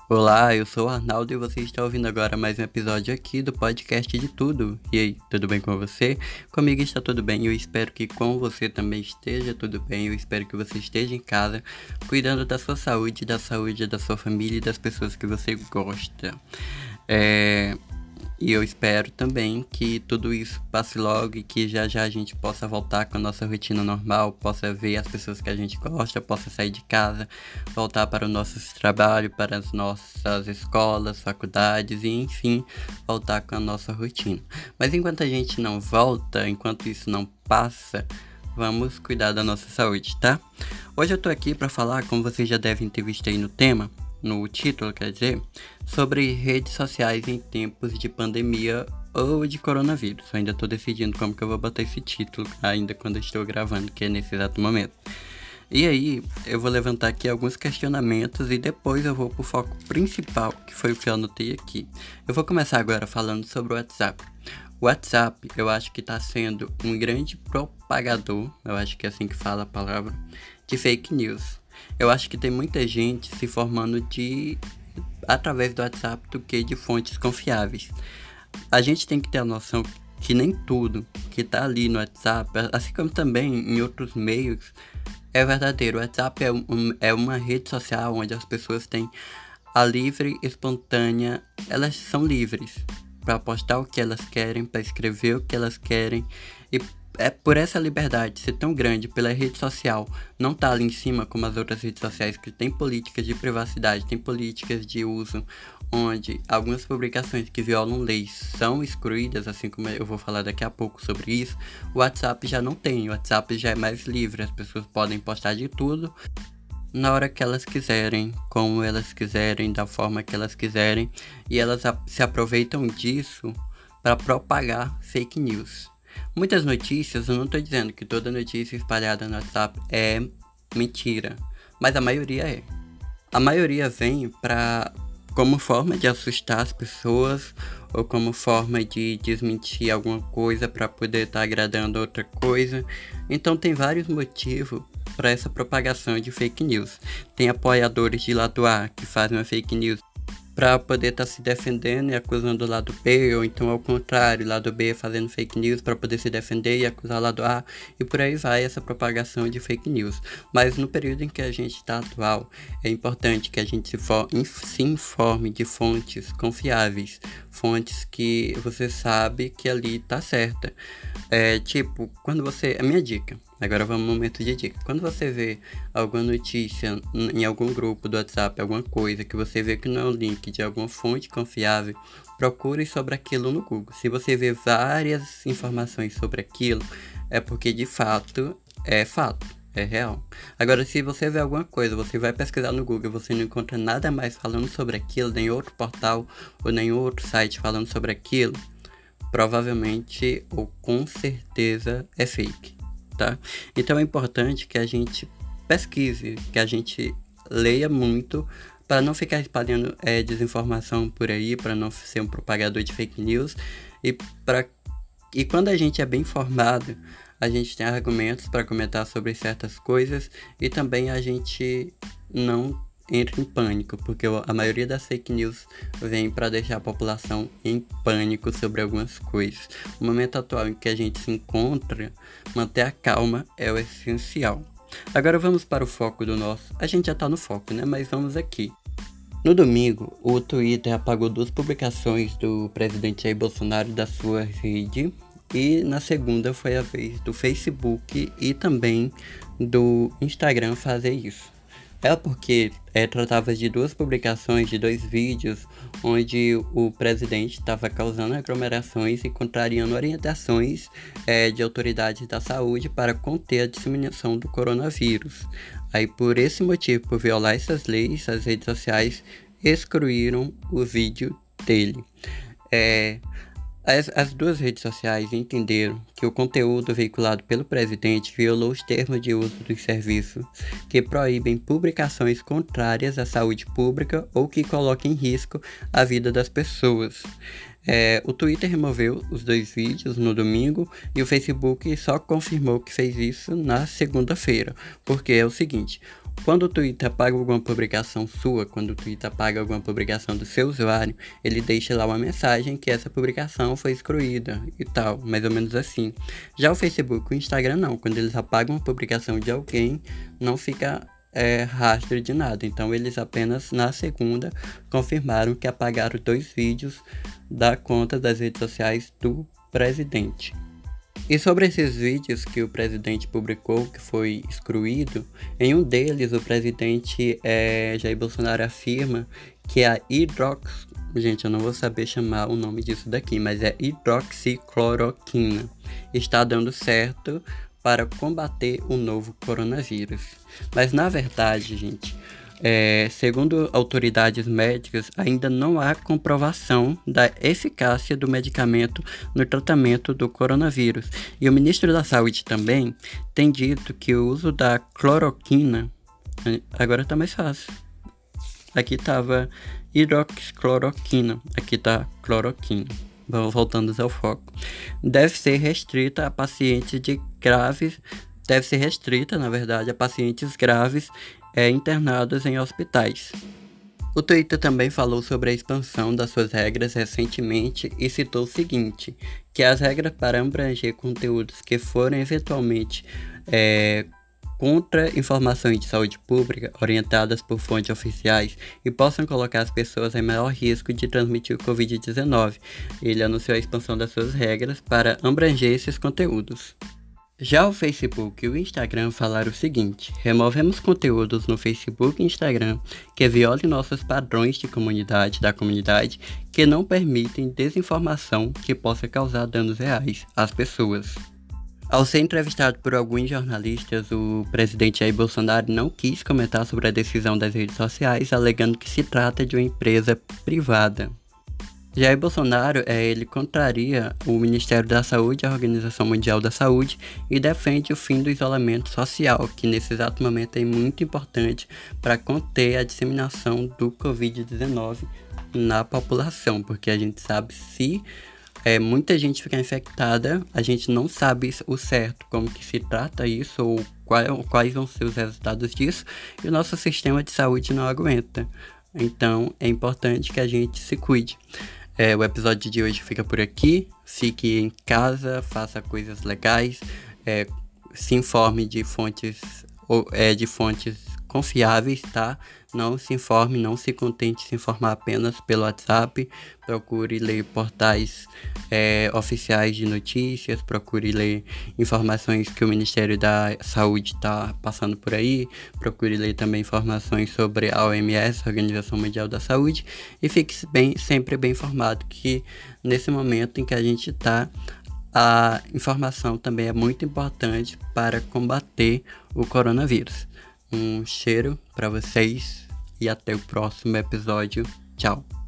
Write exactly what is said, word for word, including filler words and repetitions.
Olá, eu sou o Arnaldo e você está ouvindo agora mais um episódio aqui do podcast de tudo. E aí, tudo bem com você? Comigo está tudo bem e eu espero que com você também esteja tudo bem. Eu espero que você esteja em casa, cuidando da sua saúde, da saúde da sua família e das pessoas que você gosta. É... E eu espero também que tudo isso passe logo e que já já a gente possa voltar com a nossa rotina normal, possa ver as pessoas que a gente gosta, possa sair de casa, voltar para o nosso trabalho, para as nossas escolas, faculdades e enfim, voltar com a nossa rotina. Mas enquanto a gente não volta, enquanto isso não passa, vamos cuidar da nossa saúde, tá? Hoje eu tô aqui para falar, como vocês já devem ter visto aí no tema, no título, quer dizer, sobre redes sociais em tempos de pandemia ou de coronavírus. Eu ainda estou decidindo como que eu vou botar esse título, ainda quando eu estou gravando, que é nesse exato momento. E aí, eu vou levantar aqui alguns questionamentos e depois eu vou pro foco principal, que foi o que eu anotei aqui. Eu vou começar agora falando sobre o WhatsApp. O WhatsApp, eu acho que está sendo um grande propagador, eu acho que é assim que fala a palavra, de fake news. Eu acho que tem muita gente se formando de através do WhatsApp do que de fontes confiáveis. A gente tem que ter a noção que nem tudo que tá ali no WhatsApp, assim como também em outros meios, é verdadeiro. O WhatsApp é, um, é uma rede social onde as pessoas têm a livre, espontânea, elas são livres para postar o que elas querem, para escrever o que elas querem, e é por essa liberdade ser tão grande pela rede social, não tá ali em cima como as outras redes sociais que tem políticas de privacidade, tem políticas de uso, onde algumas publicações que violam leis são excluídas, assim como eu vou falar daqui a pouco sobre isso. O WhatsApp já não tem, o WhatsApp já é mais livre, as pessoas podem postar de tudo na hora que elas quiserem, como elas quiserem, da forma que elas quiserem, e elas se aproveitam disso para propagar fake news. Muitas notícias, eu não estou dizendo que toda notícia espalhada no WhatsApp é mentira, mas a maioria é. A maioria vem pra, como forma de assustar as pessoas ou como forma de desmentir alguma coisa para poder estar tá agradando outra coisa. Então tem vários motivos para essa propagação de fake news. Tem apoiadores de lado A que fazem uma fake news para poder estar tá se defendendo e acusando o lado B, ou então ao contrário, o lado B fazendo fake news para poder se defender e acusar o lado A, e por aí vai essa propagação de fake news. Mas no período em que a gente está atual, é importante que a gente se, for, se informe de fontes confiáveis, fontes que você sabe que ali tá certa. É tipo, quando você... A minha dica, agora vamos no momento de dica. Quando você vê alguma notícia em algum grupo do WhatsApp, alguma coisa que você vê que não é um link de alguma fonte confiável, procure sobre aquilo no Google. Se você vê várias informações sobre aquilo, é porque de fato é fato, é real. Agora, se você vê alguma coisa, você vai pesquisar no Google, você não encontra nada mais falando sobre aquilo, nem outro portal ou nem outro site falando sobre aquilo, provavelmente ou com certeza é fake, tá? Então é importante que a gente pesquise, que a gente leia muito para não ficar espalhando é, desinformação por aí, para não ser um propagador de fake news, e, pra, e quando a gente é bem informado, a gente tem argumentos para comentar sobre certas coisas e também a gente não entra em pânico, porque a maioria das fake news vem para deixar a população em pânico sobre algumas coisas. O momento atual em que a gente se encontra, manter a calma é o essencial. Agora vamos para o foco do nosso... A gente já tá no foco, né? Mas vamos aqui. No domingo, o Twitter apagou duas publicações do presidente Jair Bolsonaro da sua rede, e na segunda foi a vez do Facebook e também do Instagram fazer isso. É porque é, tratava de duas publicações de dois vídeos onde o presidente estava causando aglomerações e contrariando orientações é, de autoridades da saúde para conter a disseminação do coronavírus. Aí, por esse motivo, por violar essas leis, as redes sociais excluíram o vídeo dele. É... As, as duas redes sociais entenderam que o conteúdo veiculado pelo presidente violou os termos de uso dos serviços que proíbem publicações contrárias à saúde pública ou que coloquem em risco a vida das pessoas. É, o Twitter removeu os dois vídeos no domingo e o Facebook só confirmou que fez isso na segunda-feira, porque é o seguinte: quando o Twitter apaga alguma publicação sua, quando o Twitter apaga alguma publicação do seu usuário, ele deixa lá uma mensagem que essa publicação foi excluída e tal, mais ou menos assim. Já o Facebook e o Instagram não, quando eles apagam uma publicação de alguém, não fica é, rastro de nada. Então eles apenas na segunda confirmaram que apagaram dois vídeos da conta das redes sociais do presidente. E sobre esses vídeos que o presidente publicou, que foi excluído, em um deles o presidente é, Jair Bolsonaro afirma que a hidrox... Gente, eu não vou saber chamar o nome disso daqui, mas é hidroxicloroquina. Está dando certo para combater o novo coronavírus. Mas na verdade, gente... É, segundo autoridades médicas, ainda não há comprovação da eficácia do medicamento no tratamento do coronavírus. E o ministro da Saúde também tem dito que o uso da cloroquina, agora tá mais fácil, aqui tava hidroxicloroquina, aqui tá cloroquina, vamos voltando ao foco, deve ser restrita a pacientes de graves, deve ser restrita, na verdade, a pacientes graves É, internados em hospitais. O Twitter também falou sobre a expansão das suas regras recentemente e citou o seguinte, que as regras para abranger conteúdos que forem eventualmente é, contra informações de saúde pública orientadas por fontes oficiais e possam colocar as pessoas em maior risco de transmitir o covid dezenove. Ele anunciou a expansão das suas regras para abranger esses conteúdos. Já o Facebook e o Instagram falaram o seguinte: removemos conteúdos no Facebook e Instagram que violem nossos padrões de comunidade da comunidade que não permitem desinformação que possa causar danos reais às pessoas. Ao ser entrevistado por alguns jornalistas, o presidente Jair Bolsonaro não quis comentar sobre a decisão das redes sociais, alegando que se trata de uma empresa privada. Jair Bolsonaro, é, ele contraria o Ministério da Saúde e a Organização Mundial da Saúde e defende o fim do isolamento social, que nesse exato momento é muito importante para conter a disseminação do covid dezenove na população, porque a gente sabe se é, muita gente ficar infectada, a gente não sabe o certo, como que se trata isso ou qual, quais vão ser os resultados disso, e o nosso sistema de saúde não aguenta. Então é importante que a gente se cuide. É, o episódio de hoje fica por aqui. Fique em casa, faça coisas legais, é, se informe de fontes, ou, é, de fontes confiáveis, tá? Não se informe, não se contente de se informar apenas pelo WhatsApp. Procure ler portais é, oficiais de notícias, procure ler informações que o Ministério da Saúde está passando por aí, procure ler também informações sobre a O M S, a Organização Mundial da Saúde, e fique bem, sempre bem informado, que nesse momento em que a gente está, a informação também é muito importante para combater o coronavírus. Um cheiro para vocês e até o próximo episódio. Tchau!